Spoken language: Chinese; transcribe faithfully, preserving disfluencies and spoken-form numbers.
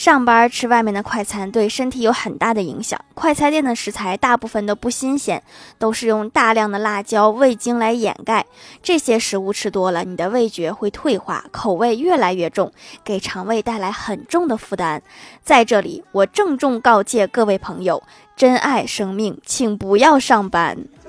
上班吃外面的快餐对身体有很大的影响。快餐店的食材大部分都不新鲜，都是用大量的辣椒、味精来掩盖。这些食物吃多了，你的味觉会退化，口味越来越重，给肠胃带来很重的负担。在这里，我郑重告诫各位朋友，珍爱生命，请不要上班。